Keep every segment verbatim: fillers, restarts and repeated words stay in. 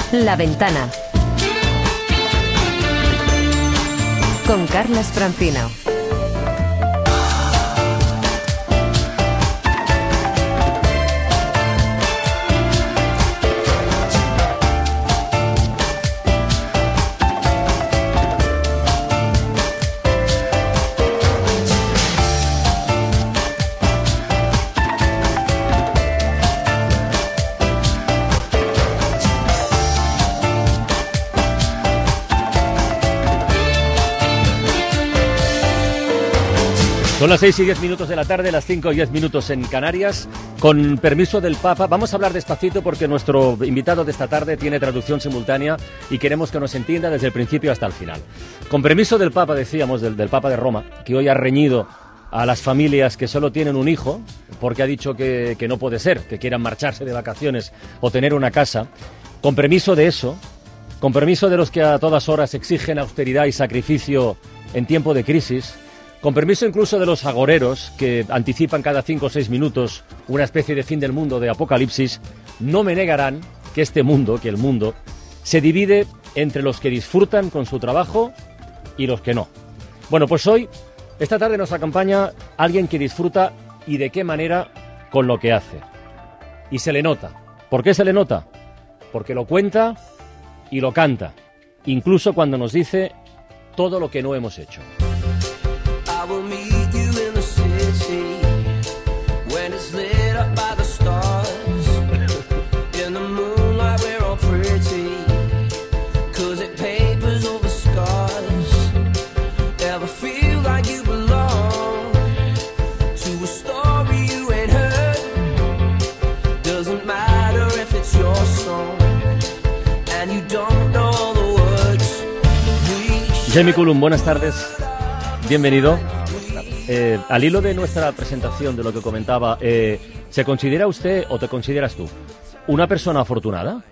La Ventana con Carles Francino. Son las seis y diez minutos de la tarde, las cinco y diez minutos en Canarias. Con permiso del Papa, vamos a hablar despacito porque nuestro invitado de esta tarde tiene traducción simultánea y queremos que nos entienda desde el principio hasta el final. Con permiso del Papa, decíamos, del, del Papa de Roma, que hoy ha reñido a las familias que solo tienen un hijo, porque ha dicho que, que no puede ser, que quieran marcharse de vacaciones o tener una casa. Con permiso de eso, con permiso de los que a todas horas exigen austeridad y sacrificio en tiempo de crisis, con permiso incluso de los agoreros que anticipan cada cinco o seis minutos una especie de fin del mundo, de apocalipsis, no me negarán que este mundo, que el mundo, se divide entre los que disfrutan con su trabajo y los que no. Bueno, pues hoy, esta tarde nos acompaña alguien que disfruta y de qué manera con lo que hace. Y se le nota. ¿Por qué se le nota? Porque lo cuenta y lo canta, incluso cuando nos dice todo lo que no hemos hecho. I will meet you in the city when it's lit up by the stars. In the moonlight we're all pretty, cause it papers over scars. Ever feel like you belong to a story you ain't heard? Doesn't matter if it's your song and you don't know all the words. Jamie Cullum, buenas tardes. Bienvenido. Eh, al hilo de nuestra presentación, de lo que comentaba, eh, ¿se considera usted o te consideras tú una persona afortunada?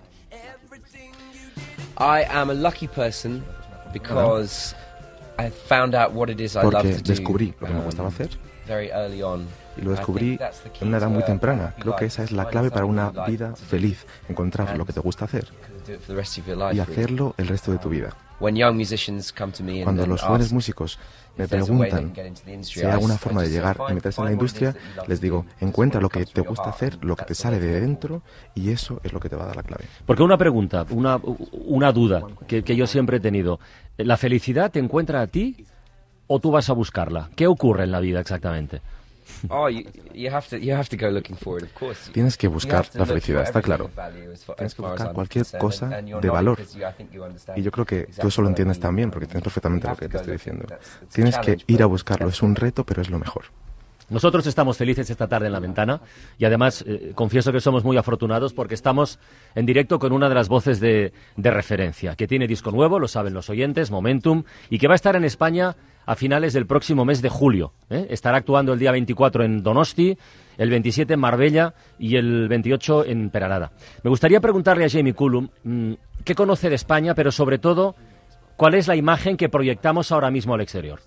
I am a lucky person because I found out what it is I love Porque to do. descubrí lo que me gustaba hacer Very early on. y lo descubrí en una edad muy temprana. Creo que esa es la clave para una vida feliz, encontrar lo que te gusta hacer y hacerlo el resto de tu vida. Cuando los jóvenes músicos me preguntan si hay alguna forma de llegar a meterse en la industria, les digo, encuentra lo que te gusta hacer, lo que te sale de dentro, y eso es lo que te va a dar la clave. Porque una pregunta, una, una duda que, que yo siempre he tenido. ¿La felicidad te encuentra a ti o tú vas a buscarla? ¿Qué ocurre en la vida exactamente? Oh, you, you have to, you have to go looking for it, of course. Tienes que buscar la felicidad, está claro. Tienes que buscar cualquier cosa de valor. Y yo creo que tú eso lo entiendes también, porque entiendes perfectamente lo que te estoy diciendo. Tienes que ir a buscarlo, es un reto, pero es lo mejor. Nosotros estamos felices esta tarde en La Ventana y además eh, confieso que somos muy afortunados porque estamos en directo con una de las voces de, de referencia, que tiene disco nuevo, lo saben los oyentes, Momentum, y que va a estar en España a finales del próximo mes de julio. ¿eh? Estará actuando el día veinticuatro en Donosti, el veintisiete en Marbella y el veintiocho en Peralada. Me gustaría preguntarle a Jamie Cullum mmm, qué conoce de España, pero sobre todo, cuál es la imagen que proyectamos ahora mismo al exterior.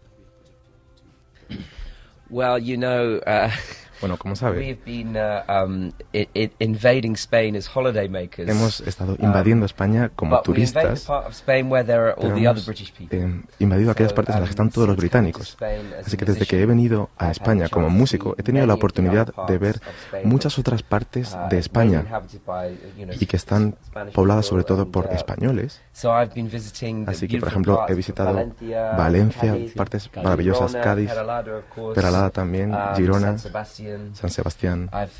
Well, you know, uh, bueno, como sabe, we've been uh, um, I- I- invading Spain as holidaymakers. Hemos estado invadiendo España como But we invaded turistas, the part of Spain where there are all pero the other hemos British people. eh, invadido aquellas partes en las que están todos los británicos. Así que desde que he venido a España como músico, he tenido la oportunidad de ver muchas otras partes de España y que están pobladas sobre todo por españoles. Así que, por ejemplo, he visitado Valencia, partes maravillosas, Cádiz, Peralada también, Girona, San Sebastián.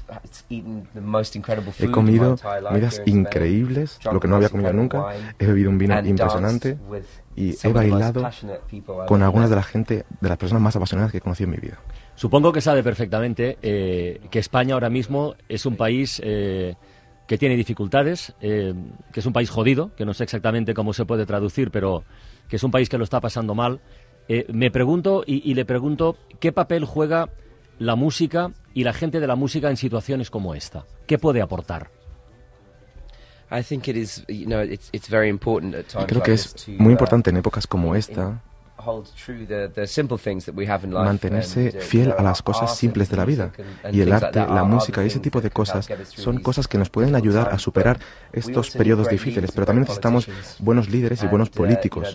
He comido comidas increíbles, lo que no había comido nunca. He bebido un vino impresionante y he bailado con algunas de la gente, de las personas más apasionadas que he conocido en mi vida. Supongo que sabe perfectamente eh, que España ahora mismo es un país eh, que tiene dificultades, eh, que es un país jodido, que no sé exactamente cómo se puede traducir, pero que es un país que lo está pasando mal. Eh, me pregunto y, y le pregunto qué papel juega la música y la gente de la música en situaciones como esta. ¿Qué puede aportar? Y creo que es muy importante en épocas como esta mantenerse fiel a las cosas simples de la vida. Y el arte, la música y ese tipo de cosas son cosas que nos pueden ayudar a superar estos periodos difíciles, pero también necesitamos buenos líderes y buenos políticos.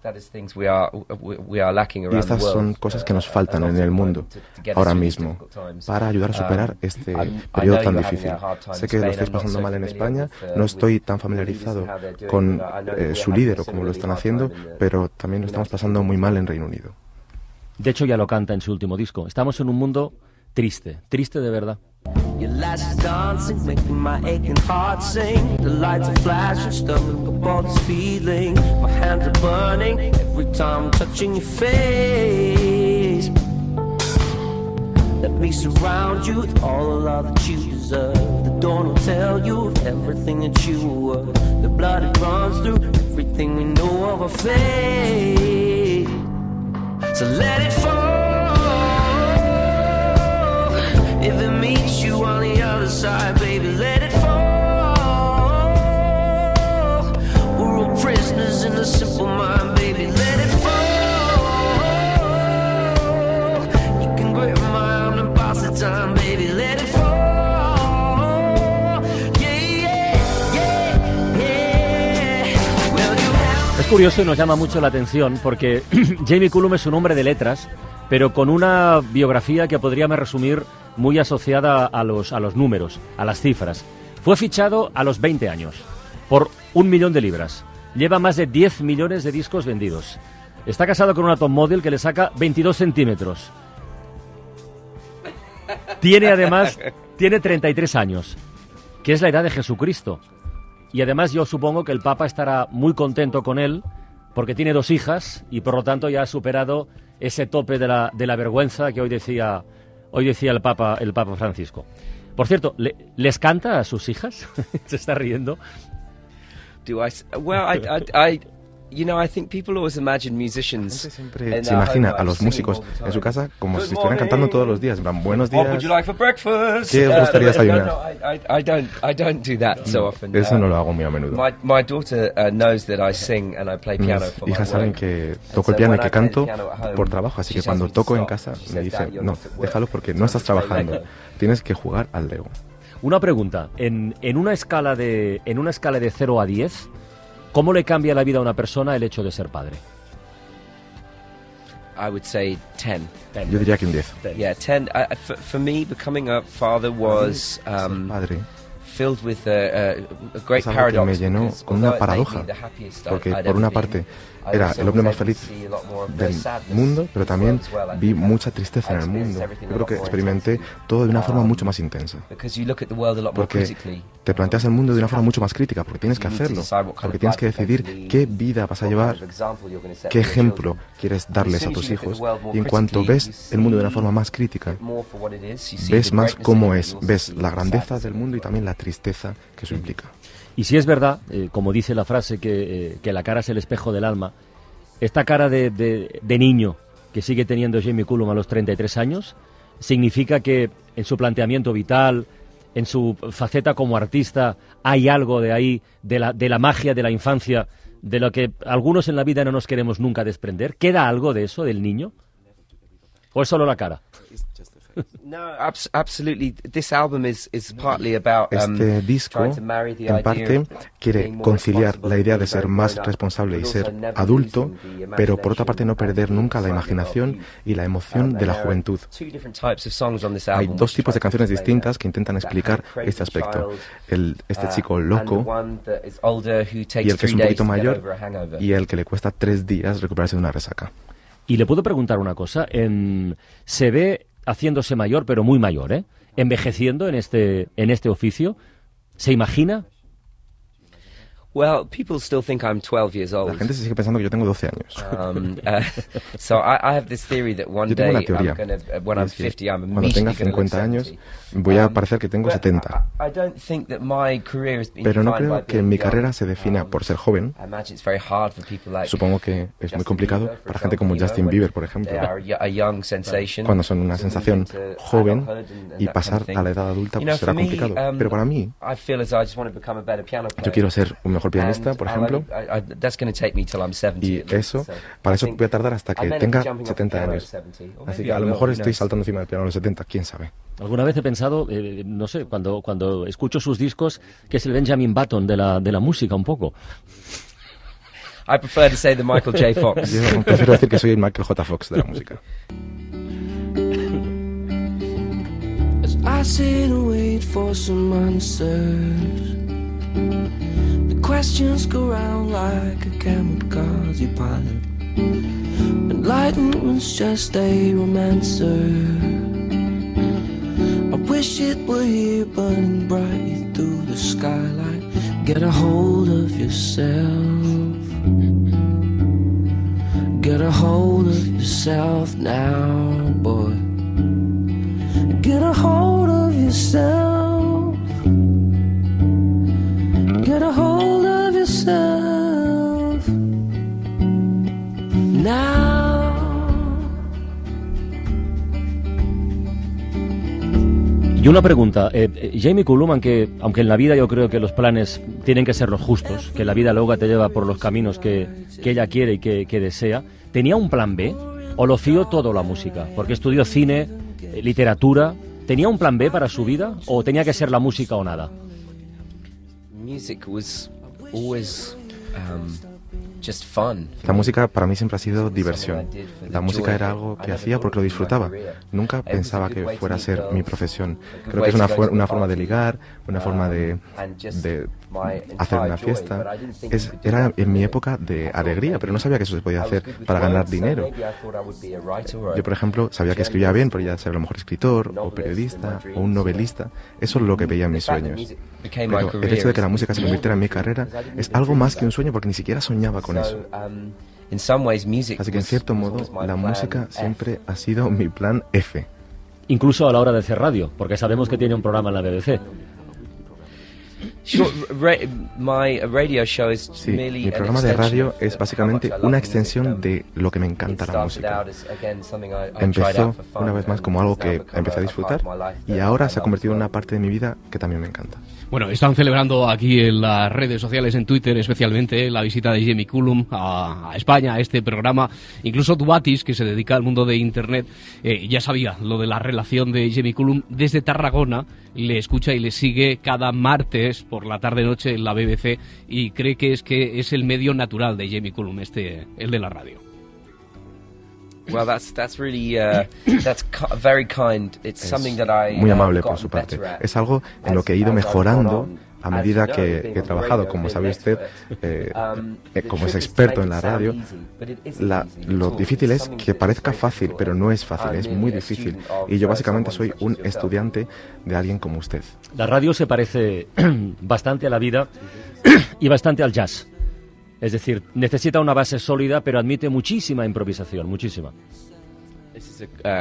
Y estas son cosas que nos faltan en el mundo ahora mismo para ayudar a superar este periodo tan difícil. Sé que lo estáis pasando mal en España, no estoy tan familiarizado con eh, su líder o como lo están haciendo, pero también lo estamos pasando muy mal en Reino Unido. De hecho, ya lo canta en su último disco. Estamos en un mundo triste, triste de verdad. Your lights are dancing, making my aching heart sing. The lights are flashing, stirring up all this feeling. My hands are burning every time I'm touching your face. Let me surround you with all the love that you deserve. The dawn will tell you of everything that you were. The blood it runs through everything we know of our fate. So let it fall. If it meets you on the other side, baby, let it fall. We're all prisoners in a simple mind, baby, let it fall. You can grip my arm and pass the time, baby, let it fall. Yeah, yeah, yeah, yeah. Well, you have... Es curioso y nos llama mucho la atención porque Jamie Cullum es un hombre de letras, pero con una biografía que podríamos resumir muy asociada a los, a los números, a las cifras. Fue fichado a los veinte años, por un millón de libras. Lleva más de diez millones de discos vendidos. Está casado con una top model que le saca veintidós centímetros. Tiene además, tiene treinta y tres años, que es la edad de Jesucristo. Y además yo supongo que el Papa estará muy contento con él, porque tiene dos hijas y por lo tanto ya ha superado ese tope de la, de la vergüenza que hoy decía... Hoy decía el Papa, el Papa Francisco. Por cierto, ¿le, ¿les canta a sus hijas? Se está riendo. Do I? Well, I, I, I, you know, I think people always imagine musicians. La gente siempre se imagina a los músicos en su casa como si estuvieran cantando todos los días. Van, buenos días. What would you like for breakfast? ¿Qué os gustaría desayunar? No, no, I, I don't, I don't do that so often. Eso no lo hago muy a menudo. My, my daughter uh, knows that I sing and I play piano for my Mis hijas saben work. que toco el piano y que canto por trabajo, así que cuando toco en casa me dice, no, déjalo porque no estás trabajando, tienes que jugar al Lego. Una pregunta, en, en una escala de en una escala de cero a diez, ¿cómo le cambia la vida a una persona el hecho de ser padre? I would say ten. Yo diría que un diez. Yeah, ten. I, for, for me, becoming a father was um, Padre filled with a, a, a great es algo que paradox. me llenó con una paradoja, porque por una parte era el hombre más feliz del mundo, pero también vi mucha tristeza en el mundo. Yo creo que experimenté todo de una forma mucho más intensa, porque te planteas el mundo de una forma mucho más crítica, porque tienes que hacerlo, porque tienes que decidir qué vida vas a llevar, qué ejemplo quieres darles a tus hijos, y en cuanto ves el mundo de una forma más crítica, ves más cómo es, ves la grandeza del mundo y también la tristeza que eso implica. Y si es verdad, eh, como dice la frase, que, eh, que la cara es el espejo del alma, esta cara de, de, de niño que sigue teniendo Jamie Cullum a los treinta y tres años, significa que en su planteamiento vital, en su faceta como artista, hay algo de ahí, de la, de la magia de la infancia, de lo que algunos en la vida no nos queremos nunca desprender. ¿Queda algo de eso, del niño? ¿O es solo la cara? No, abs absolutely. This album is is partly about um, Este disco, en parte, quiere conciliar la idea de ser más responsable y ser adulto, pero por otra parte no perder nunca la imaginación y la emoción de la juventud. Hay dos tipos de canciones distintas que intentan explicar este aspecto. El, este chico loco y el que es un poquito mayor y el que le cuesta tres días recuperarse de una resaca. Y le puedo preguntar una cosa. En, se ve haciéndose mayor, pero muy mayor, ¿eh? Envejeciendo en este, en este oficio. ¿Se imagina? Well, people still think I'm twelve years old. La gente se sigue pensando que yo tengo doce años. Um, uh, so I, I have this theory that one yo tengo day una teoría, I'm gonna, uh, when I'm fifty, I'm cuando tenga cincuenta años voy a parecer que tengo setenta. I, I don't think that my career has been Pero no defined by creo que being mi young. carrera se defina por ser joven. I imagine it's very hard for people like Supongo que es muy Justin complicado Bieber, for para gente como example, Justin you know, Bieber, por when ejemplo, they are a a young sensation, cuando son una to move sensación into joven adulthood and- and y that pasar kind of a la thing. edad adulta You pues know, será for me, complicado. um, Pero para mí, I feel as though I just want to become a better piano player. yo quiero ser un mejor mejor pianista, por ejemplo. Y eso, para eso voy a tardar hasta que tenga setenta años. Así que a lo mejor estoy saltando encima del piano a los setenta, quién sabe. Alguna vez he pensado, eh, no sé, cuando, cuando escucho sus discos, que es el Benjamin Button de la, de la música, un poco. I prefer to say the Michael J. Fox. Yo prefiero decir que soy el Michael J. Fox de la música. As I sit and wait for some answers, the questions go round like a kamikaze pilot. Enlightenment's just a romancer. I wish it were here burning bright through the skylight. Get a hold of yourself. Get a hold of yourself now, boy. Get a hold of yourself. Get a hold of yourself now. Y una pregunta, eh, eh, Jamie Cullum, aunque, aunque en la vida yo creo que los planes tienen que ser los justos, que la vida luego te lleva por los caminos que, que ella quiere y que, que desea, ¿tenía un plan B o lo fió todo a la música? Porque estudió cine, eh, literatura, ¿tenía un plan B para su vida o tenía que ser la música o nada? Music was always um, just fun. La música para mí siempre ha sido diversión. La música era algo que hacía porque lo disfrutaba. Nunca pensaba que fuera a ser mi profesión. Creo que es una, fu- una forma de ligar, una forma de, de hacer una fiesta. Es, era en mi época de alegría, pero no sabía que eso se podía hacer para ganar dinero. Yo, por ejemplo, sabía que escribía bien, pero ya ser a lo mejor escritor, o periodista, o un novelista. Eso es lo que veía en mis sueños. Pero el hecho de que la música se convirtiera en mi carrera es algo más que un sueño, porque ni siquiera soñaba con eso. Así que en cierto modo, la música siempre ha sido mi plan F. Incluso a la hora de hacer radio, porque sabemos que tiene un programa en la B B C. Sí, mi programa de radio es básicamente una extensión de lo que me encanta la música. Empezó una vez más como algo que empecé a disfrutar y ahora se ha convertido en una parte de mi vida que también me encanta. Bueno, están celebrando aquí en las redes sociales, en Twitter especialmente, la visita de Jamie Cullum a, a España, a este programa. Incluso Duatis, que se dedica al mundo de Internet, eh, ya sabía lo de la relación de Jamie Cullum desde Tarragona. Le escucha y le sigue cada martes por la tarde-noche en la B B C y cree que es que es el medio natural de Jamie Cullum, este, el de la radio. Well, that's that's really uh, that's very kind. It's something that I muy amable por su parte. Es algo en lo que he ido mejorando a medida que he trabajado. Como sabe usted, eh, eh, como es experto en la radio, la, lo difícil es que parezca fácil, pero no es fácil, es muy difícil. Y yo básicamente soy un estudiante de alguien como usted. La radio se parece bastante a la vida y bastante al jazz. Es decir, necesita una base sólida, pero admite muchísima improvisación, muchísima. Es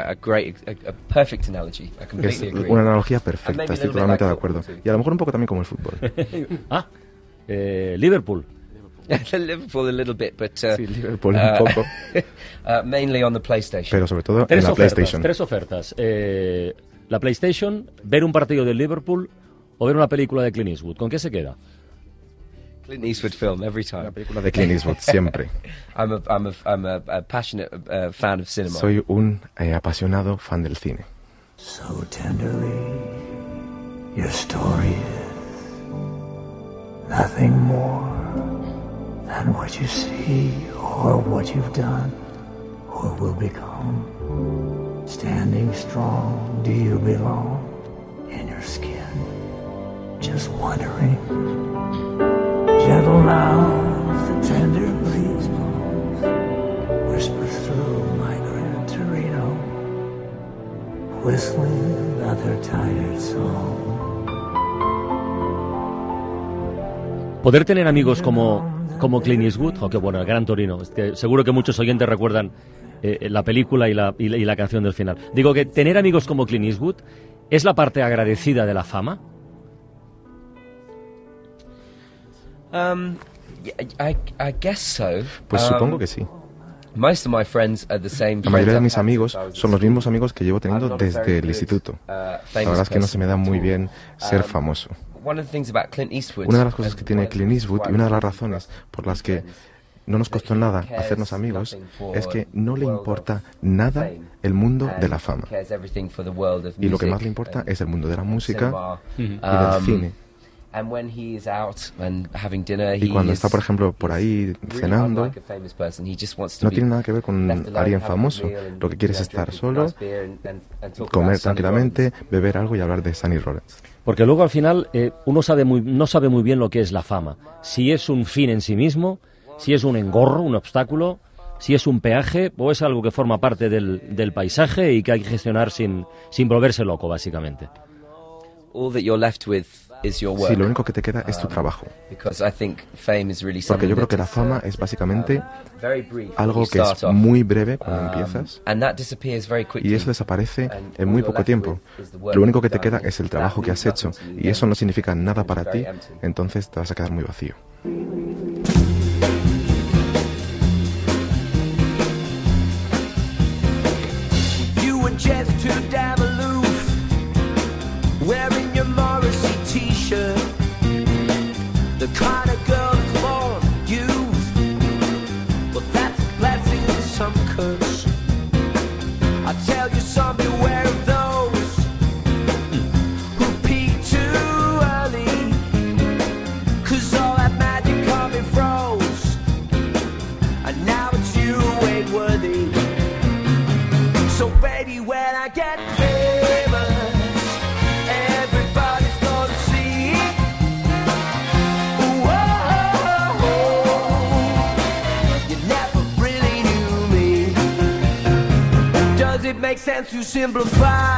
una analogía perfecta, estoy totalmente de acuerdo. Y a lo mejor un poco también como el fútbol. ah, eh, Liverpool. Liverpool a little bit, but uh, sí, Liverpool un poco. uh, mainly on the PlayStation. Pero sobre todo tres en la ofertas, PlayStation. Tres ofertas. Eh, la PlayStation, ver un partido del Liverpool o ver una película de Clint Eastwood. ¿Con qué se queda? Clint Eastwood film every time. La película de Clint Eastwood siempre. I'm a I'm a I'm a, a passionate uh, fan of cinema. Soy un eh, apasionado fan del cine. So tenderly, your story is nothing more than what you see or what you've done or will become. Standing strong, do you belong in your skin? Just wondering. Gentle now, the tender breeze blows, whispers through my Gran Torino, whistling another tired song. Poder tener amigos como, como Clint Eastwood, o que bueno, el Gran Torino, es que seguro que muchos oyentes recuerdan eh, la película y la, y, la, y la canción del final. Digo que tener amigos como Clint Eastwood es la parte agradecida de la fama. Um, I, I guess so. Pues um, supongo que sí. Most of my friends are the same. La mayoría de mis amigos son los mismos amigos que llevo teniendo desde el instituto. La verdad es que no se me da muy bien ser famoso. one of the things about Clint Eastwood, Una de las cosas que tiene Clint Eastwood y una de las razones por las que no nos costó nada hacernos amigos es que no le importa nada el mundo de la fama. Y lo que más le importa es el mundo de la música y del cine. Y cuando está, por ejemplo, por ahí cenando, no tiene nada que ver con alguien famoso. Lo que quiere es estar solo, comer tranquilamente, beber algo y hablar de Sonny Rollins. Porque luego al final eh, uno sabe muy, no sabe muy bien lo que es la fama. Si es un fin en sí mismo, si es un engorro, un obstáculo, si es un peaje o es algo que forma parte del, del paisaje y que hay que gestionar sin, sin volverse loco, básicamente. Sí, lo único que te queda es tu trabajo. Porque yo creo que la fama es básicamente algo que es muy breve cuando empiezas y eso desaparece en muy poco tiempo. Lo único que te queda es el trabajo que has hecho y eso no significa nada para ti, entonces te vas a quedar muy vacío. Just too damn aloof, wearing your Morrissey t-shirt, the kind of girl that's born youth, but that's a blessing and some curse. I tell you some beware of those who peak too early, cause all that magic coming froze, and now it's you who ain't worthy. So baby, when I get famous, everybody's gonna see. Whoa, you never really knew me. Does it make sense to simplify?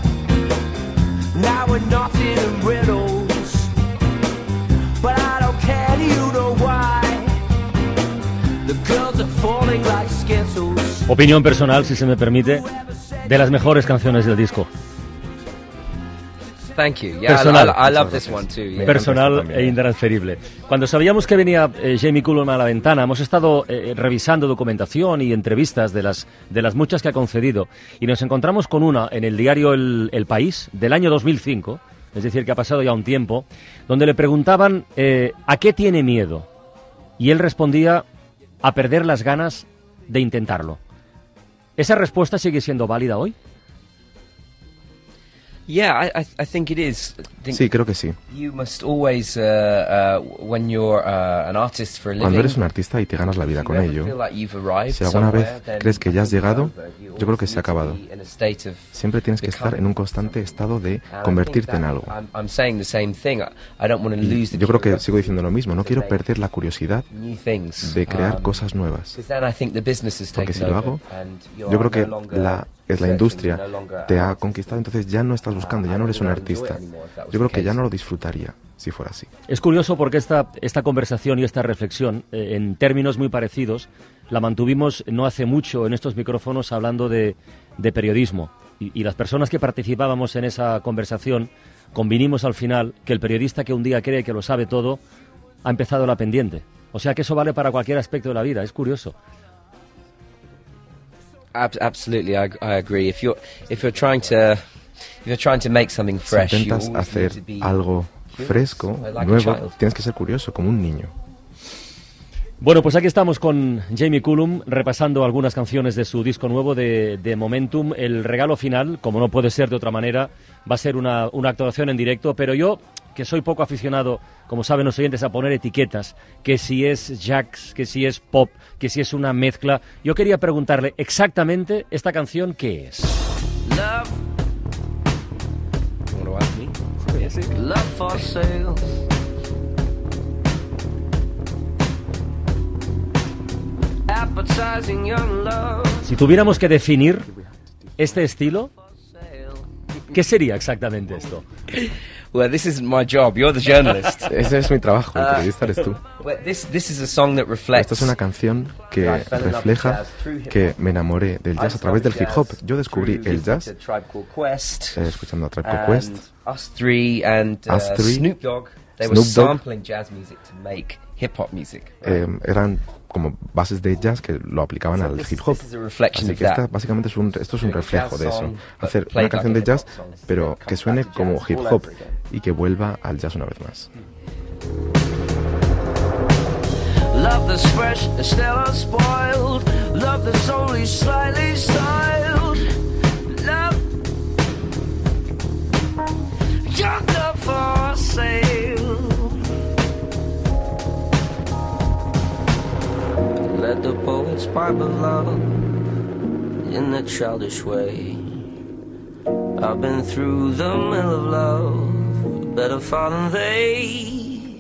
Now we're knotted in riddles, but I don't care, you know why. The girls are falling like Skittles. Opinión personal, si se me permite, de las mejores canciones del disco. Thank you. Yeah, Personal. I, I love this one too. Yeah. Personal e intransferible. Cuando sabíamos que venía eh, Jamie Cullum a la ventana, hemos estado eh, revisando documentación y entrevistas de las, de las muchas que ha concedido y nos encontramos con una en el diario El, El País del año dos mil cinco, es decir, que ha pasado ya un tiempo, donde le preguntaban eh, ¿a qué tiene miedo? Y él respondía a perder las ganas de intentarlo. ¿Esa respuesta sigue siendo válida hoy? Yeah, I, I think it is. I think Sí, creo que sí. you must always, uh, uh, when you're uh, an artist for a living, Cuando eres un artista y te ganas la vida if con you ever ello, feel like you've arrived si alguna vez somewhere, then crees que ya has llegado, you yo creo que always se ha need to acabado. be in a state of Siempre tienes que estar en un constante estado de And I convertirte think en that algo. I'm, I'm saying the same thing. I, I don't want to lose the Yo creo que curiosity sigo diciendo lo mismo, no quiero to make perder la curiosidad new things. de crear Um, cosas nuevas. because then I think the business has Porque si taken lo over, hago, and you yo creo are que no longer la, es la searching, industria no longer te ha out. conquistado, entonces ya no estás buscando, ya no eres un artista. Yo creo que ya no lo disfrutaría si fuera así. Es curioso porque esta, esta conversación y esta reflexión, eh, en términos muy parecidos, la mantuvimos no hace mucho en estos micrófonos hablando de, de periodismo. Y, y las personas que participábamos en esa conversación convinimos al final que el periodista que un día cree que lo sabe todo ha empezado la pendiente. O sea que eso vale para cualquier aspecto de la vida, es curioso. Ab- absolutely, I, I agree. If you're if you're trying to if you're trying to make something Si fresh, you intentas always hacer need to be algo curious, fresco, like a nuevo, child. tienes que ser curioso, como un niño. Bueno, pues aquí estamos con Jamie Cullum repasando algunas canciones de su disco nuevo de, de Momentum. El regalo final, como no puede ser de otra manera, va a ser una, una actuación en directo, pero yo, que soy poco aficionado, como saben los oyentes, a poner etiquetas, que si es jazz, que si es pop, que si es una mezcla, yo quería preguntarle exactamente esta canción ¿qué es? Love, You want to ask me? Yes. love for sale. Appetizing young love. Si tuviéramos que definir este estilo, ¿qué sería exactamente esto? Well, this isn't my job. You're the journalist. Ese es mi trabajo, el periodista eres tú. Well, this this is a song that reflects. Esta es una canción que refleja que me enamoré del jazz a través del hip hop. Yo descubrí el jazz Tribe Called Quest, eh, escuchando a Tribe Called Quest, and Us Three, and uh, Us Three, Snoop Dogg. They were Snoop Dogg, sampling jazz music to make hip hop music. eh, eran como bases de jazz que lo aplicaban al hip hop. Así que esta, básicamente es un, esto es un reflejo de eso. Hacer una canción de jazz, pero que suene como hip hop y que vuelva al jazz una vez más. Love that's fresh, still unspoiled. Love that's only slightly styled. Love, young love for sale. Let the poets pipe of love in the childish way. I've been through the mill of love, better far than they.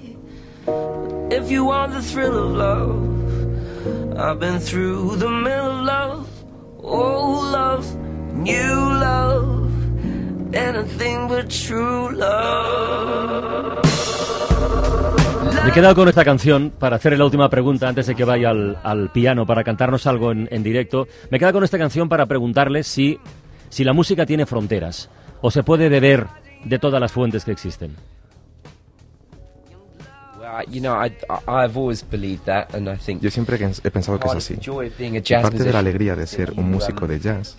If you want the thrill of love, I've been through the mill of love. Oh, love, new love, anything but true love. Me he quedado con esta canción para hacerle la última pregunta antes de que vaya al, al piano para cantarnos algo en, en directo. Me he quedado con esta canción para preguntarle si, si la música tiene fronteras o se puede beber de todas las fuentes que existen. Yo siempre he pensado que es así. Y parte de la alegría de ser un músico de jazz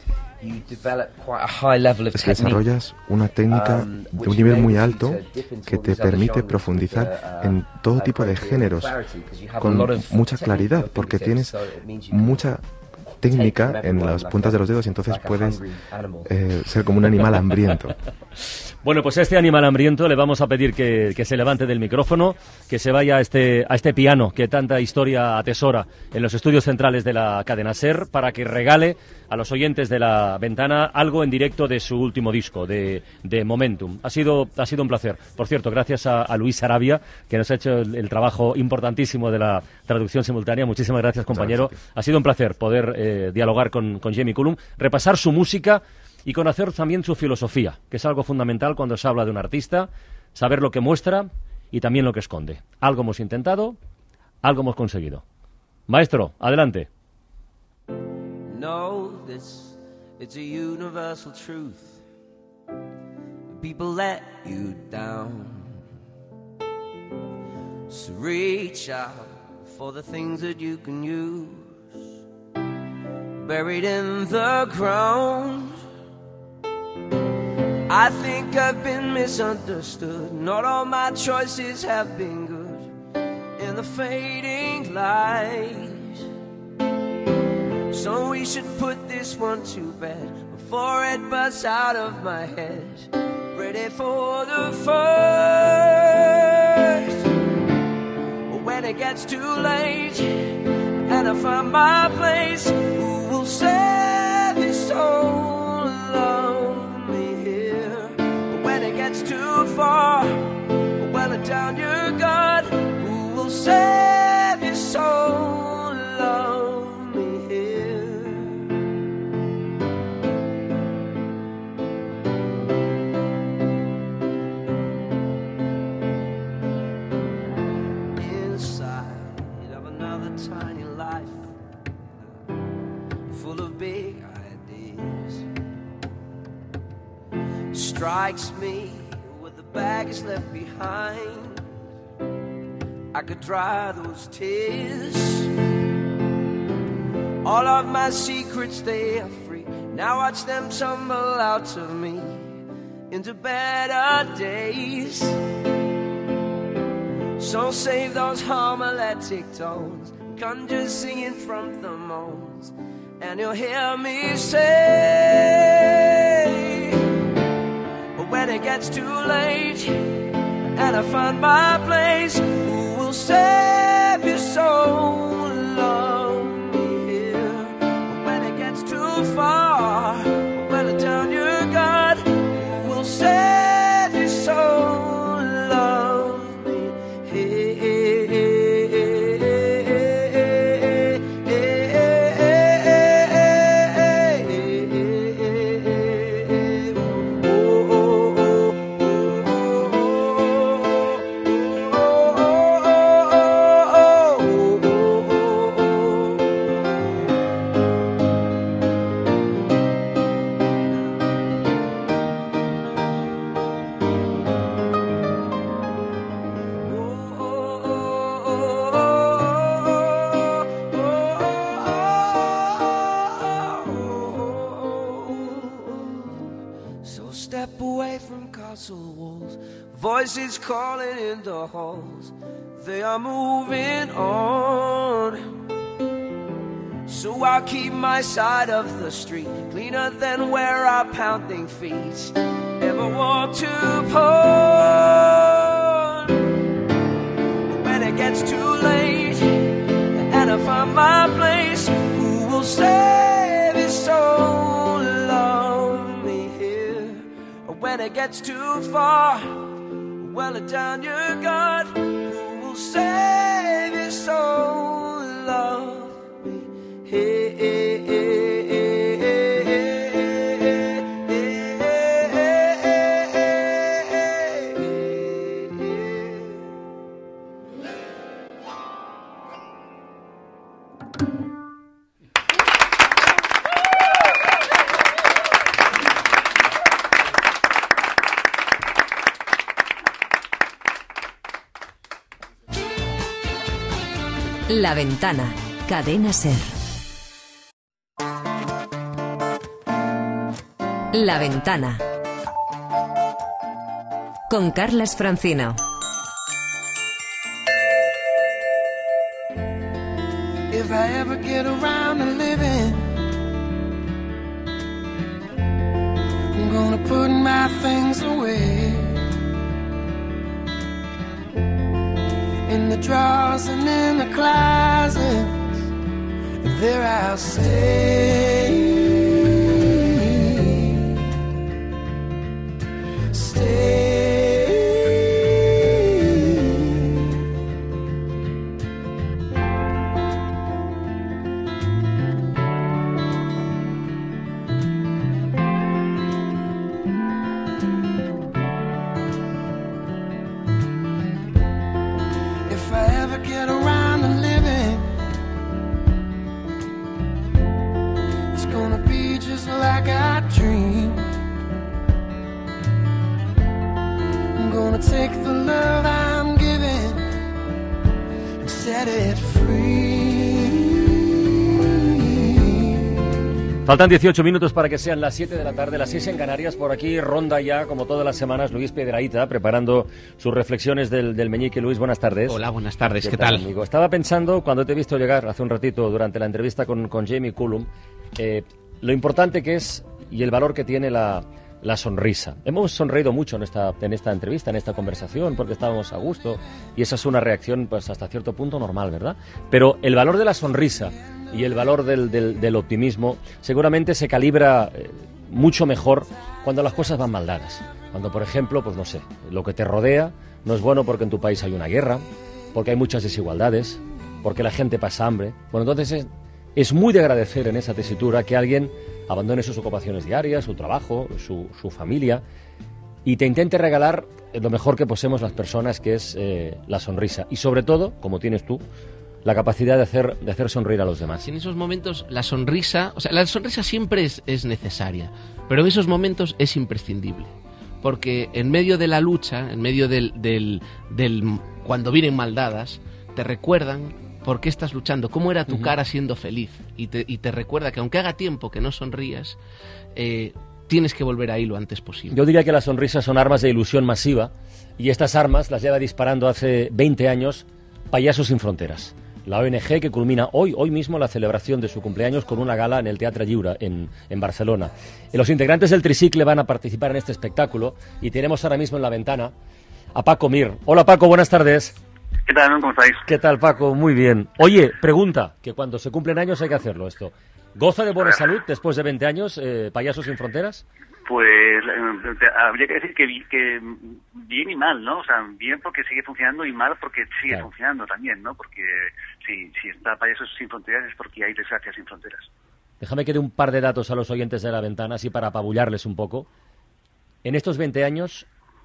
es que desarrollas una técnica de un nivel muy alto que te permite profundizar en todo tipo de géneros con mucha claridad, porque tienes mucha técnica en las puntas de los dedos y entonces puedes eh, ser como un animal hambriento. Bueno, pues a este animal hambriento le vamos a pedir que, que se levante del micrófono, que se vaya a este, a este piano que tanta historia atesora en los estudios centrales de la cadena SER, para que regale a los oyentes de La Ventana algo en directo de su último disco, de, de Momentum. Ha sido, ha sido un placer. Por cierto, gracias a, a Luis Arabia, que nos ha hecho el, el trabajo importantísimo de la traducción simultánea. Muchísimas gracias, compañero. Gracias. Ha sido un placer poder eh, dialogar con, con Jamie Cullum, repasar su música y conocer también su filosofía, que es algo fundamental cuando se habla de un artista, saber lo que muestra y también lo que esconde. Algo hemos intentado, algo hemos conseguido. Maestro, adelante. Know this, it's a universal truth. People let you down. So reach out for the things that you can use. Buried in the ground, I think I've been misunderstood. Not all my choices have been good in the fading light. So we should put this one to bed before it busts out of my head. Ready for the first. But when it gets too late and I find my place, who will save this soul? Love me here. But when it gets too far, well and down your guard, who will save your soul? Love me here. Inside of another tiny life, full of big ideas, strikes me with the baggage left behind. I could dry those tears. All of my secrets, they are free. Now watch them tumble out of me into better days. So save those homiletic tones, conjure singing from the moans, and you'll hear me say, but when it gets too late and I find my place, who will save your soul? Love me here. But when it gets too far, well down your guard, who will save your soul? Love me here. Oh, voices calling in the halls, they are moving on. So I'll keep my side of the street cleaner than where our pounding feet ever walked upon. When it gets too late and I find my place, who will save his soul? Love me here. When it gets too far, well down your gut, who will save his soul? Love me here. Hey, hey, hey, hey, hey, hey, hey. La Ventana, Cadena SER. La Ventana con Carlas Francino. If I ever get around to living, I'm gonna put my things away in the drawers and in the closets, and there I'll stay. Faltan dieciocho minutos para que sean las siete de la tarde, las seis en Canarias. Por aquí ronda ya, como todas las semanas, Luis Piedrahita, preparando sus reflexiones del, del Meñique. Luis, buenas tardes. Hola, buenas tardes, ¿qué, ¿Qué tal? tal, amigo? Estaba pensando, cuando te he visto llegar hace un ratito durante la entrevista con, con Jamie Cullum, eh, lo importante que es y el valor que tiene la, la sonrisa. Hemos sonreído mucho en esta, en esta entrevista, en esta conversación, porque estábamos a gusto, y esa es una reacción, pues, hasta cierto punto normal, ¿verdad? Pero el valor de la sonrisa y el valor del, del, del optimismo seguramente se calibra eh, mucho mejor cuando las cosas van mal dadas. Cuando, por ejemplo, pues no sé, lo que te rodea no es bueno porque en tu país hay una guerra, porque hay muchas desigualdades, porque la gente pasa hambre. Bueno, entonces es, es muy de agradecer en esa tesitura que alguien abandone sus ocupaciones diarias, su trabajo, su, su familia, y te intente regalar lo mejor que poseemos las personas, que es eh, la sonrisa. Y sobre todo, como tienes tú, la capacidad de hacer, de hacer sonreír a los demás. En esos momentos la sonrisa, o sea, la sonrisa siempre es, es necesaria, pero en esos momentos es imprescindible, porque en medio de la lucha, en medio del, del, del cuando vienen mal dadas, te recuerdan por qué estás luchando, cómo era tu uh-huh. cara siendo feliz, y te, y te recuerda que aunque haga tiempo que no sonrías, eh, tienes que volver ahí lo antes posible. Yo diría que las sonrisas son armas de ilusión masiva, y estas armas las lleva disparando hace veinte años Payasos Sin Fronteras, la O N G que culmina hoy, hoy mismo la celebración de su cumpleaños con una gala en el Teatre Lliure en, en Barcelona. Y los integrantes del Tricicle van a participar en este espectáculo, y tenemos ahora mismo en la ventana a Paco Mir. Hola Paco, buenas tardes. ¿Qué tal? ¿Cómo estáis? ¿Qué tal, Paco? Muy bien. Oye, pregunta, que cuando se cumplen años hay que hacerlo esto. ¿Goza de buena salud después de veinte años, eh, Payasos Sin Fronteras? Pues eh, habría que decir que, que bien y mal, ¿no? O sea, bien porque sigue funcionando y mal porque sigue claro. funcionando también, ¿no? Porque si, si está Payasos Sin Fronteras es porque hay Desgracias Sin Fronteras. Déjame que dé un par de datos a los oyentes de La Ventana, así para apabullarles un poco. En estos veinte años,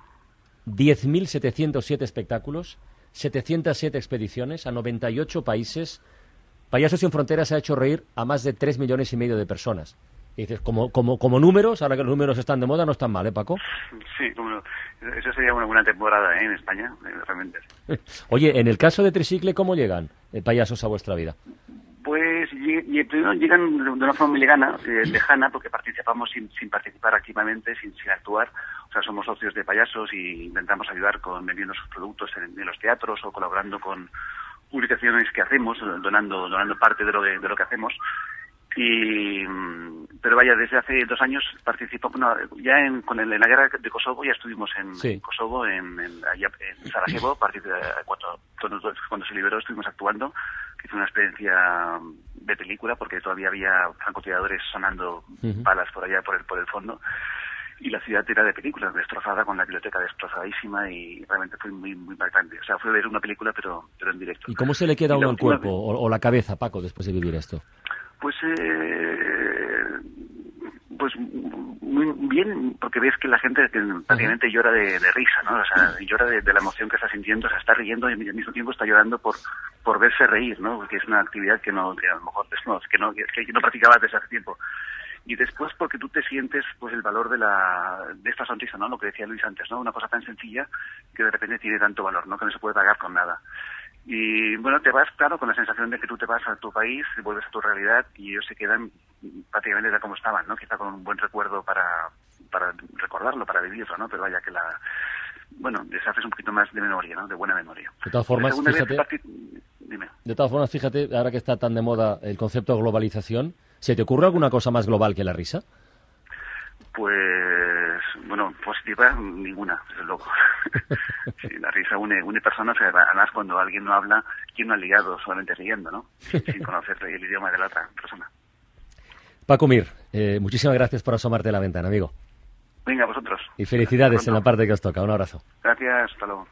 diez mil setecientos siete espectáculos, setecientas siete expediciones a noventa y ocho países. Payasos Sin Fronteras ha hecho reír a más de tres millones y medio de personas. Y dices, como, como, como números, ahora que los números están de moda, no están mal, ¿eh, Paco? Sí, como, eso sería una buena temporada, ¿eh? En España, realmente. Oye, en el caso de Tricicle, ¿cómo llegan eh, payasos a vuestra vida? Pues y, y, primero llegan de una forma muy lejana, eh, lejana, porque participamos sin, sin participar activamente, sin, sin actuar. O sea, somos socios de payasos y intentamos ayudar con vendiendo sus productos en, en los teatros o colaborando con publicaciones que hacemos, donando donando parte de lo de, de lo que hacemos. Y pero vaya, desde hace dos años participo, bueno, ya en, con el, en la guerra de Kosovo ya estuvimos en, sí. en Kosovo, en, en, allá, en Sarajevo, a partir de cuando, cuando, cuando se liberó estuvimos actuando, que fue una experiencia de película porque todavía había francotiradores sonando uh-huh. balas por allá por el, por el fondo. Y la ciudad era de películas, destrozada, con la biblioteca destrozadísima y realmente fue muy muy impactante. O sea, fue ver una película pero pero en directo. ¿Y cómo se le queda a uno el cuerpo o, o la cabeza, Paco, después de vivir esto? Pues eh, pues muy bien, porque ves que la gente que prácticamente llora de, de risa, ¿no? O sea, llora de, de la emoción que está sintiendo, o sea, está riendo y al mismo tiempo está llorando por por verse reír, ¿no? Porque es una actividad que no que a lo mejor no, que no que no practicabas desde hace tiempo. Y después porque tú te sientes pues el valor de la de esta sonrisa, ¿no? Lo que decía Luis antes, ¿no? Una cosa tan sencilla que de repente tiene tanto valor, ¿no? Que no se puede pagar con nada. Y bueno, te vas, claro, con la sensación de que tú te vas a tu país, vuelves a tu realidad y ellos se quedan prácticamente de como estaban, ¿no? Quizá con un buen recuerdo para para recordarlo, para vivirlo, ¿no? Pero vaya que la... Bueno, deshaces un poquito más de memoria, ¿no? De buena memoria. De todas formas, fíjate... Parti... Dime. De todas formas, fíjate, ahora que está tan de moda el concepto de globalización, ¿se te ocurre alguna cosa más global que la risa? Pues, bueno, positiva, ninguna, desde luego. Sí, la risa une, une personas, además cuando alguien no habla, ¿quién no ha ligado solamente riendo, ¿no? Sin conocer el idioma de la otra persona. Paco Mir, eh, muchísimas gracias por asomarte a la ventana, amigo. Venga, vosotros. Y felicidades en la parte que os toca. Un abrazo. Gracias, hasta luego.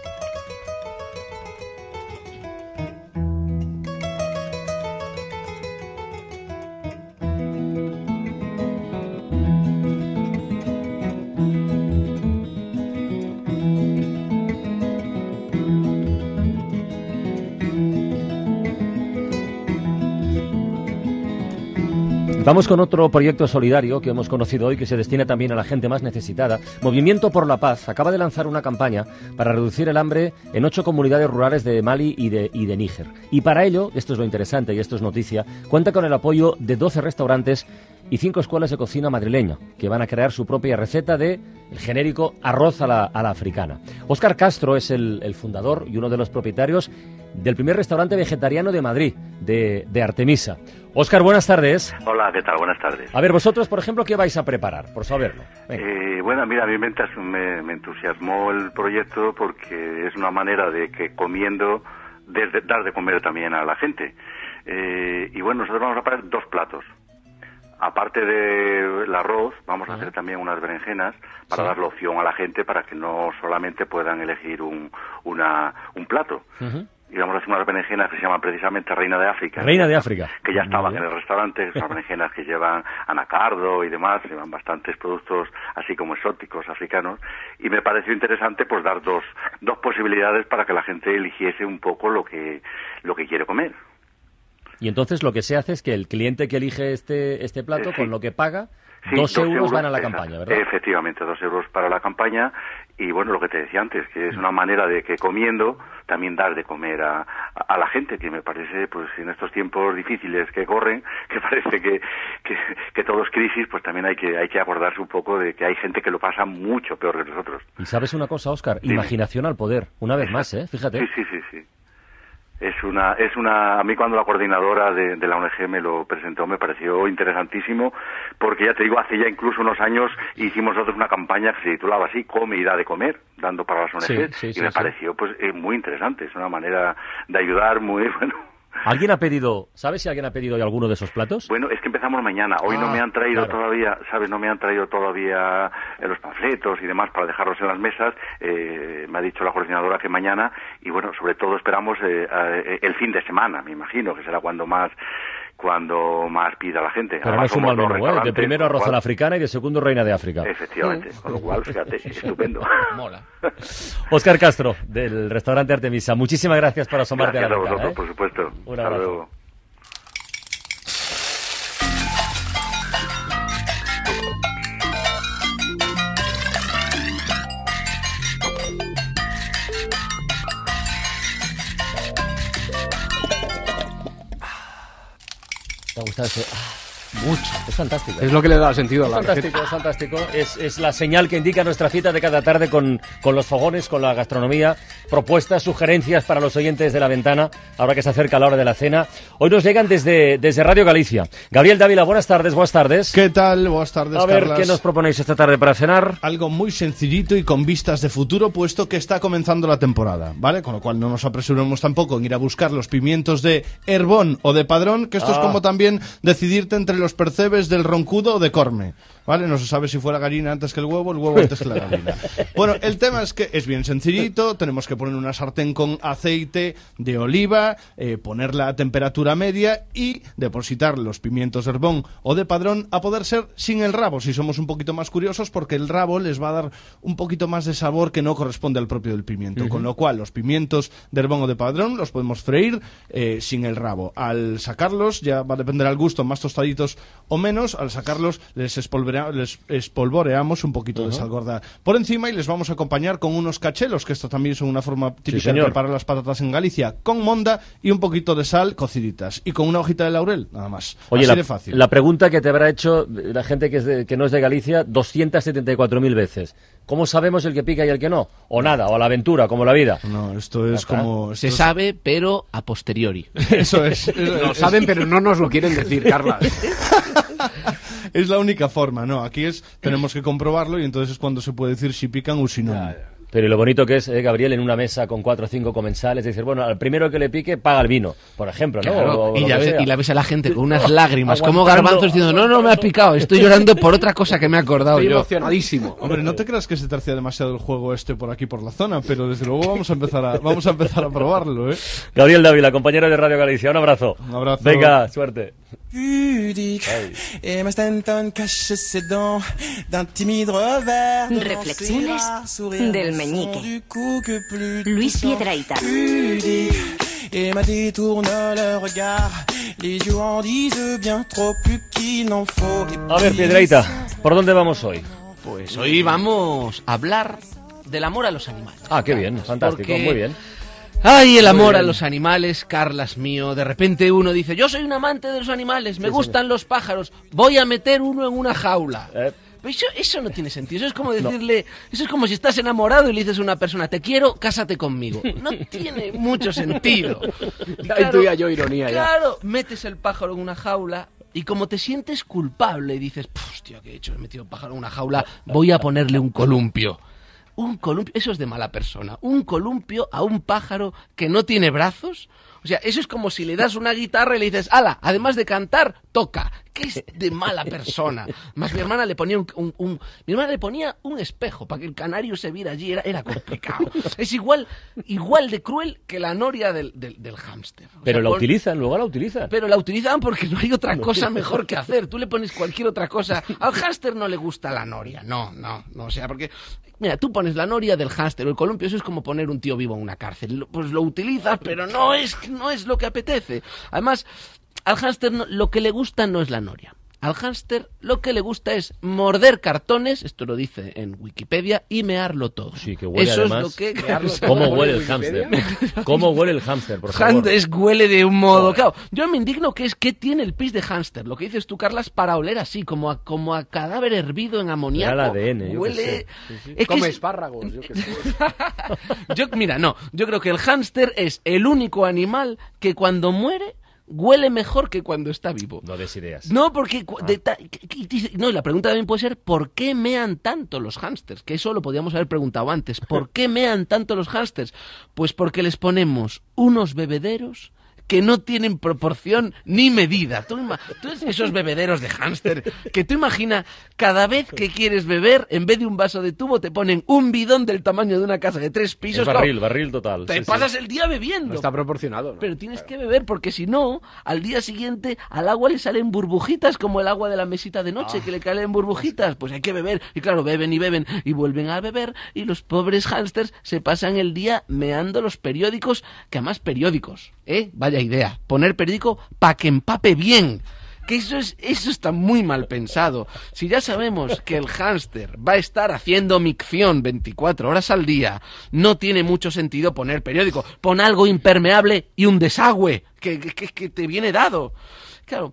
Vamos con otro proyecto solidario que hemos conocido hoy que se destina también a la gente más necesitada. Movimiento por la Paz acaba de lanzar una campaña para reducir el hambre en ocho comunidades rurales de Mali y de, y de Níger. Y para ello, esto es lo interesante y esto es noticia, cuenta con el apoyo de doce restaurantes y cinco escuelas de cocina madrileña que van a crear su propia receta de el genérico arroz a la, a la africana. Óscar Castro es el, el fundador y uno de los propietarios del primer restaurante vegetariano de Madrid, de, de Artemisa. Óscar, buenas tardes. Hola, ¿qué tal? Buenas tardes. A ver, vosotros, por ejemplo, ¿qué vais a preparar? Por saberlo. Eh, bueno, mira, a mí me, me, me entusiasmó el proyecto porque es una manera de que comiendo, de, de, dar de comer también a la gente. Eh, y bueno, nosotros vamos a preparar dos platos. Aparte del arroz, vamos a hacer también unas berenjenas para sí. dar la opción a la gente para que no solamente puedan elegir un, una, un plato. Uh-huh. Y vamos a hacer unas berenjenas que se llaman precisamente Reina de África. Reina de África. Que ya estaban en el restaurante, son berenjenas que llevan anacardo y demás, llevan bastantes productos así como exóticos africanos. Y me pareció interesante pues dar dos, dos posibilidades para que la gente eligiese un poco lo que, lo que quiere comer. Y entonces lo que se hace es que el cliente que elige este este plato, eh, sí. con lo que paga, sí, dos, dos euros, euros van a la esa, campaña, ¿verdad? Efectivamente, dos euros para la campaña. Y bueno, lo que te decía antes, que es una manera de que comiendo también dar de comer a, a, a la gente, que me parece, pues en estos tiempos difíciles que corren, que parece que, que, que todo es crisis, pues también hay que hay que acordarse un poco de que hay gente que lo pasa mucho peor que nosotros. Y sabes una cosa, Óscar, sí. Imaginación al poder, una vez más, ¿eh? Fíjate. Sí, sí, sí, sí. Es una, es una, a mí cuando la coordinadora de, de la O N G me lo presentó me pareció interesantísimo, porque ya te digo, hace ya incluso unos años hicimos nosotros una campaña que se titulaba así, Come y da de comer, dando para las O N G, sí, sí, y sí, me sí. pareció pues eh, muy interesante, es una manera de ayudar muy, bueno. ¿Alguien ha pedido, sabes si alguien ha pedido alguno de esos platos? Bueno, es que empezamos mañana. Hoy ah, no me han traído claro. todavía, ¿sabes? No me han traído todavía eh, los panfletos y demás para dejarlos en las mesas. Eh, me ha dicho la coordinadora que mañana, y bueno, sobre todo esperamos eh, eh, el fin de semana, me imagino, que será cuando más cuando más pida la gente. Pero no es un mal menú, ¿eh? De primero arroz a la africana y de segundo Reina de África. Efectivamente, sí. Con lo cual, fíjate, estupendo. Mola. Óscar Castro, del restaurante Artemisa, muchísimas gracias por asomarte gracias a la ventana. Gracias a vosotros, ¿eh? por supuesto. Un abrazo. Hasta luego. ¿Te ha gustado ese? Mucho. Es fantástico. Es lo que le da sentido a la Es fantástico, receta. es fantástico. Es, es la señal que indica nuestra cita de cada tarde con, con los fogones, con la gastronomía, propuestas, sugerencias para los oyentes de La Ventana, ahora que se acerca la hora de la cena. Hoy nos llegan desde, desde Radio Galicia. Gabriel Dávila, buenas tardes, buenas tardes. ¿Qué tal? Buenas tardes, A ver, Carlas. ¿qué nos proponéis esta tarde para cenar? Algo muy sencillito y con vistas de futuro, puesto que está comenzando la temporada, ¿vale? Con lo cual no nos apresuremos tampoco en ir a buscar los pimientos de Herbón o de Padrón, que esto Ah. es como también decidirte entre los percebes del roncudo o de Corme, ¿vale? No se sabe si fue la gallina antes que el huevo, el huevo antes que la gallina. Bueno, el tema es que es bien sencillito, tenemos que poner una sartén con aceite de oliva, eh, ponerla a temperatura media y depositar los pimientos de Herbón o de Padrón, a poder ser sin el rabo, si somos un poquito más curiosos, porque el rabo les va a dar un poquito más de sabor que no corresponde al propio del pimiento, Ujú. con lo cual los pimientos de Herbón o de Padrón los podemos freír eh, sin el rabo. Al sacarlos, ya va a depender al gusto, más tostaditos o menos, al sacarlos les, espolvorea- les espolvoreamos un poquito de Ujú. sal gorda por encima y les vamos a acompañar con unos cachelos, que esto también son una forma típica de señor. preparar las patatas en Galicia, con monda y un poquito de sal cociditas, y con una hojita de laurel, nada más. Oye, Así la, de fácil. la pregunta que te habrá hecho la gente que, es de- que no es de Galicia doscientas setenta y cuatro mil veces. ¿Cómo sabemos el que pica y el que no? O nada, o a la aventura, como la vida. No, esto es Ajá. como... esto Se es- sabe, pero a posteriori. Eso es. eso Lo es- saben, pero no nos lo quieren decir, Carlas. Es la única forma, ¿no? Aquí es, tenemos que comprobarlo y entonces es cuando se puede decir si pican o si no. Pero lo bonito que es, eh, Gabriel, en una mesa con cuatro o cinco comensales, decir, bueno, al primero que le pique, paga el vino, por ejemplo, ¿no? Claro, O- o y, lo ya que ves- sea. y la ves a la gente con unas lágrimas, como Aguantando- garbanzos diciendo, no, no me ha picado, estoy llorando por otra cosa que me he acordado Estoy yo. emocionadísimo. Hombre, no te creas que se tercia demasiado el juego este por aquí por la zona, pero desde luego vamos a empezar a, vamos a empezar a probarlo, ¿eh? Gabriel Dávila, compañero de Radio Galicia, un abrazo. Un abrazo. Venga, suerte. pudique Emma Stanton cache ses dents d'un timide revers de Reflexiones lancera, sourire del au fond meñique. du cou que plus Luis touchant. Piedrahita. Pudique Emma détourne le regard, les yeux en disent bien trop plus qu'il n'en faut. Et A ver, puis- Piedrahita, ¿por dónde vamos hoy? Pues hoy vamos a hablar del amor a los animales. Ah, qué bien, fantástico, Porque- muy bien. Ay, el amor Muy a bien. los animales, Carlas mío. De repente uno dice, yo soy un amante de los animales, me Sí, gustan los pájaros, voy a meter uno en una jaula. Eh, Pero eso, eso no tiene sentido. Eso es como decirle, eso es como si estás enamorado y le dices a una persona, te quiero, cásate conmigo. No tiene mucho sentido. Y Ahí tú ya yo ironía ya. Claro, metes el pájaro en una jaula y como te sientes culpable y dices, "Puf, hostia, ¿qué he hecho? He metido el pájaro en una jaula, voy a ponerle un columpio. Un columpio, eso es de mala persona. Un columpio a un pájaro que no tiene brazos. O sea, eso es como si le das una guitarra y le dices, ala, además de cantar, toca. Que es de mala persona. Más mi hermana le ponía un, un- un- mi hermana le ponía un espejo para que el canario se viera allí. Era, era complicado. Es igual, igual de cruel que la noria del, del, del hámster. O Pero sea, la pon- utilizan, luego la utilizan. pero la utilizan porque no hay otra cosa mejor que hacer. Tú le pones cualquier otra cosa. Al hámster no le gusta la noria. No, no, no. O sea, porque, mira, tú pones la noria del hámster o el columpio, eso es como poner un tío vivo en una cárcel. Lo- Pues lo utilizas, pero no es, no es lo que apetece. Además, al hámster no- lo que le gusta no es la noria. Al hámster lo que le gusta es morder cartones, esto lo dice en Wikipedia, y mearlo todo. Sí, que huele Eso además. es lo que... ¿Cómo huele el hámster? ¿Cómo huele el hámster, por favor? Hámster es huele de un modo. Claro, yo me indigno que es que tiene el pis de hámster. Lo que dices tú, Carlas, para oler así, como a, como a cadáver hervido en amoníaco. Era el A D N, yo qué huele. sé. Sí, sí. Es que Come es- espárragos, yo qué sé. yo, mira, no. Yo creo que el hámster es el único animal que cuando muere huele mejor que cuando está vivo. No des ideas. No, porque... cu- de ta- que- que- dice- no, y la pregunta también puede ser, ¿por qué mean tanto los hámsters? Que eso lo podíamos haber preguntado antes. ¿Por qué mean tanto los hámsters? Pues porque les ponemos unos bebederos que no tienen proporción ni medida. Tú, ima- tú esos bebederos de hámster, que tú imaginas, cada vez que quieres beber, en vez de un vaso de tubo, te ponen un bidón del tamaño de una casa de tres pisos. Es barril, Claro, barril total. te sí, sí. pasas el día bebiendo. No está proporcionado, ¿no? Pero tienes que beber porque si no, al día siguiente al agua le salen burbujitas como el agua de la mesita de noche que le caen burbujitas. Pues hay que beber. Y claro, beben y beben y vuelven a beber y los pobres hámsters se pasan el día meando los periódicos, que además periódicos, ¿eh? Vaya idea. Poner periódico para que empape bien. Que eso es, eso está muy mal pensado. Si ya sabemos que el hámster va a estar haciendo micción veinticuatro horas al día, no tiene mucho sentido poner periódico. Pon algo impermeable y un desagüe que, que, que te viene dado. Claro,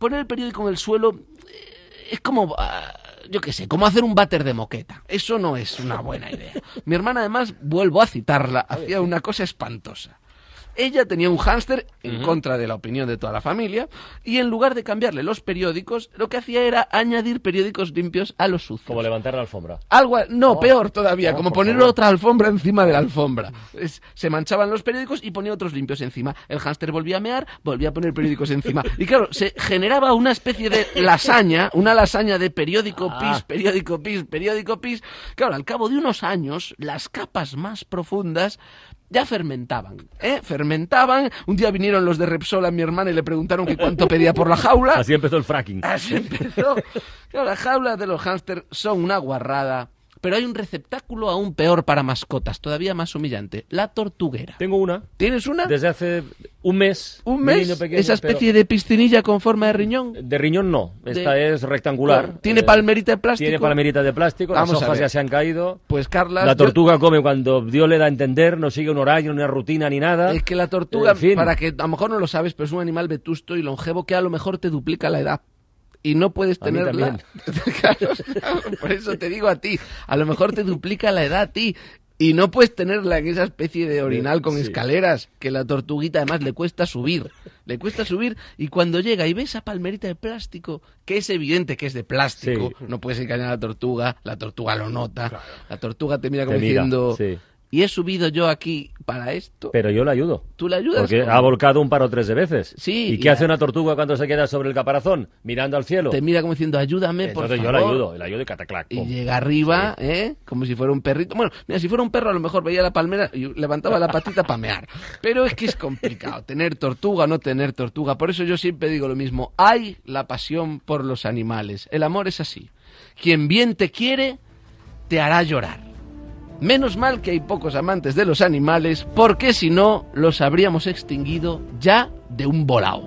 poner el periódico en el suelo eh, es como... Uh, yo qué sé, como hacer un váter de moqueta. Eso no es una buena idea. Mi hermana, además, vuelvo a citarla, hacía una cosa espantosa. Ella tenía un hámster en uh-huh. contra de la opinión de toda la familia y en lugar de cambiarle los periódicos, lo que hacía era añadir periódicos limpios a los sucios. Como levantar la alfombra. Algo, no, oh. peor todavía, oh, como poner favor. otra alfombra encima de la alfombra. Es, se manchaban los periódicos y ponía otros limpios encima. El hámster volvía a mear, volvía a poner periódicos encima. Y claro, se generaba una especie de lasaña, una lasaña de periódico ah. pis, periódico pis, periódico pis. Claro, al cabo de unos años, las capas más profundas ya fermentaban, ¿eh? Fermentaban. Un día vinieron los de Repsol a mi hermana y le preguntaron que cuánto pedía por la jaula. Así empezó el fracking. Así empezó. Claro, las jaulas de los hámsters son una guarrada. Pero hay un receptáculo aún peor para mascotas, todavía más humillante, la tortuguera. Tengo una. ¿Tienes una? Desde hace un mes. ¿Un mes? Pequeño, ¿esa especie de piscinilla con forma de riñón? De riñón no, esta de... es rectangular. ¿Tiene eh, palmerita de plástico? Tiene palmerita de plástico, Vamos las hojas ya se han caído. Pues Carla... La tortuga yo... come cuando Dios le da a entender, no sigue un horario, ni una rutina, ni nada. Es que la tortuga, en fin. Para que a lo mejor no lo sabes, pero es un animal vetusto y longevo que a lo mejor te duplica la edad. Y no puedes tenerla. Claro, claro, por eso te digo a ti, a lo mejor te duplica la edad a ti y no puedes tenerla en esa especie de orinal con sí. escaleras, que la tortuguita además le cuesta subir, le cuesta subir y cuando llega y ve esa palmerita de plástico, que es evidente que es de plástico, sí. no puedes engañar a la tortuga, la tortuga lo nota, claro. la tortuga te mira como te mira, diciendo... Sí. Y he subido yo aquí para esto. Pero yo la ayudo. ¿Tú la ayudas? Porque ha volcado un par o tres de veces. Sí. ¿Y qué y hace una tortuga cuando se queda sobre el caparazón? Mirando al cielo. Te mira como diciendo, ayúdame, Entonces por favor. yo la ayudo, la ayudo y cataclac. Y llega arriba, sí. ¿eh? Como si fuera un perrito. Bueno, mira, si fuera un perro a lo mejor veía la palmera y levantaba la patita para mear. Pero es que es complicado, tener tortuga o no tener tortuga. Por eso yo siempre digo lo mismo. Hay la pasión por los animales. El amor es así. Quien bien te quiere, te hará llorar. Menos mal que hay pocos amantes de los animales, porque si no, los habríamos extinguido ya de un volao.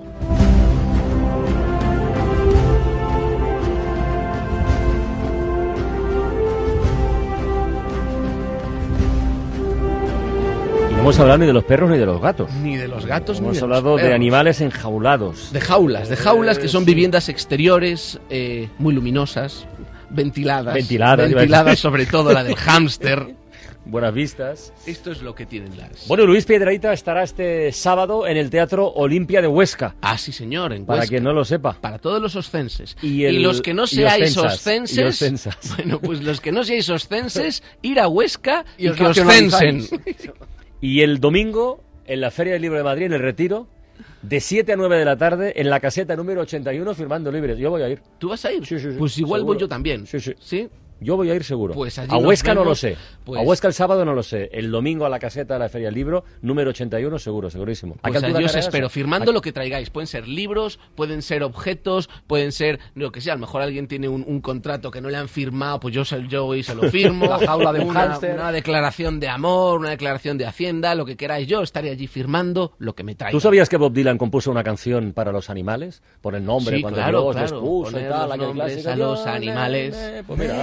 Y no hemos hablado ni de los perros ni de los gatos. Ni de los gatos hemos ni de hablado los perros. De animales enjaulados. De jaulas, de jaulas que son viviendas exteriores eh, muy luminosas, ventiladas. Ventiladas. Ventiladas, sobre todo la del hámster. Buenas vistas. Esto es lo que tienen las... Bueno, Luis Piedrahita estará este sábado en el Teatro Olimpia de Huesca. Ah, sí, señor, en Huesca. Para quien no lo sepa. Para todos los oscenses. Y, el, y los que no seáis y oscenses... Y oscensas. Bueno, pues los que no seáis oscenses, ir a Huesca y, y que os censen. Y el domingo, en la Feria del Libro de Madrid, en el Retiro, de siete a nueve de la tarde, en la caseta número ochenta y uno, firmando libres. Yo voy a ir. ¿Tú vas a ir? Sí, sí, sí. Pues igual seguro. voy yo también. Sí, sí. ¿Sí? Yo voy a ir seguro. Pues allí a Huesca vemos, no lo sé. Pues... A Huesca el sábado no lo sé. El domingo a la caseta de la Feria del Libro, número ochenta y uno, seguro, segurísimo. Pues allí os espero, firmando lo que traigáis. Pueden ser libros, pueden ser objetos, pueden ser, lo que sea. A lo mejor alguien tiene un, un contrato que no le han firmado, pues yo, yo y se lo firmo. La jaula de un una, hámster. Una declaración de amor, una declaración de Hacienda, lo que queráis. Yo estaré allí firmando lo que me traiga. ¿Tú sabías que Bob Dylan compuso una canción para los animales? Por el nombre, sí, cuando claro, Dios claro. les puso Poner y tal, los nombres clásica, a los yo, animales. Eh, pues mira,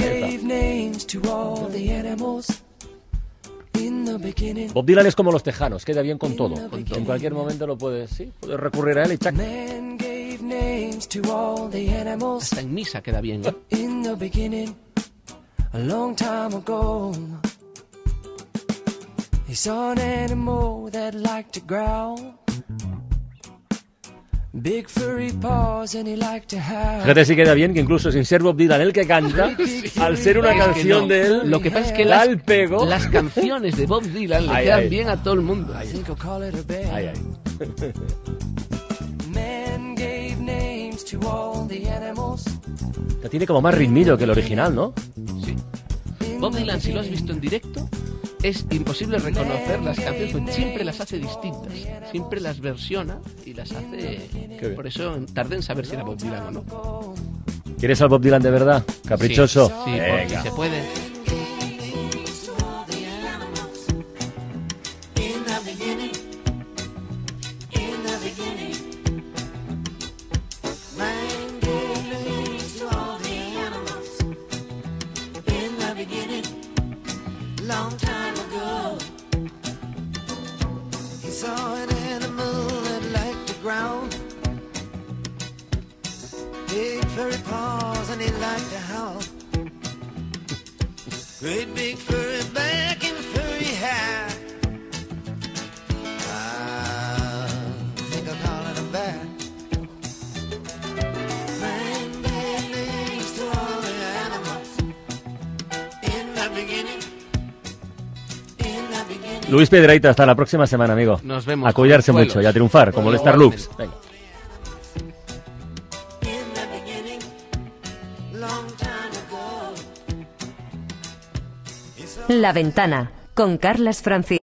Bob Dylan es como los tejanos, queda bien con todo. Con todo. En cualquier momento lo puedes, sí, puedes recurrir a él y chac. Hasta en misa queda bien, ¿eh? Fíjate si queda bien que incluso sin ser Bob Dylan el que canta, sí, al ser una canción no. de él, lo que pasa es que las, pego. las canciones de Bob Dylan le ay, quedan ay. bien a todo el mundo. Ay, ay. ay. Tiene como más ritmillo que el original, ¿no? Sí. Bob Dylan, si lo has visto en directo, es imposible reconocer las canciones, porque siempre las hace distintas, siempre las versiona y las hace... Por eso tardé en saber si era Bob Dylan o no. ¿Quieres al Bob Dylan de verdad? Caprichoso. Sí, sí, porque se puede. furry paws and he liked to howl. Great big furry back and furry hair. I think I'll call it a bat. Bring big legs to all the animals. In the beginning. In the beginning. Luis Piedrahita, hasta la próxima semana, amigo. Nos vemos. A cuidarse mucho y a triunfar, como el Star Lux. Venga. La Ventana, con Carlas Francisco.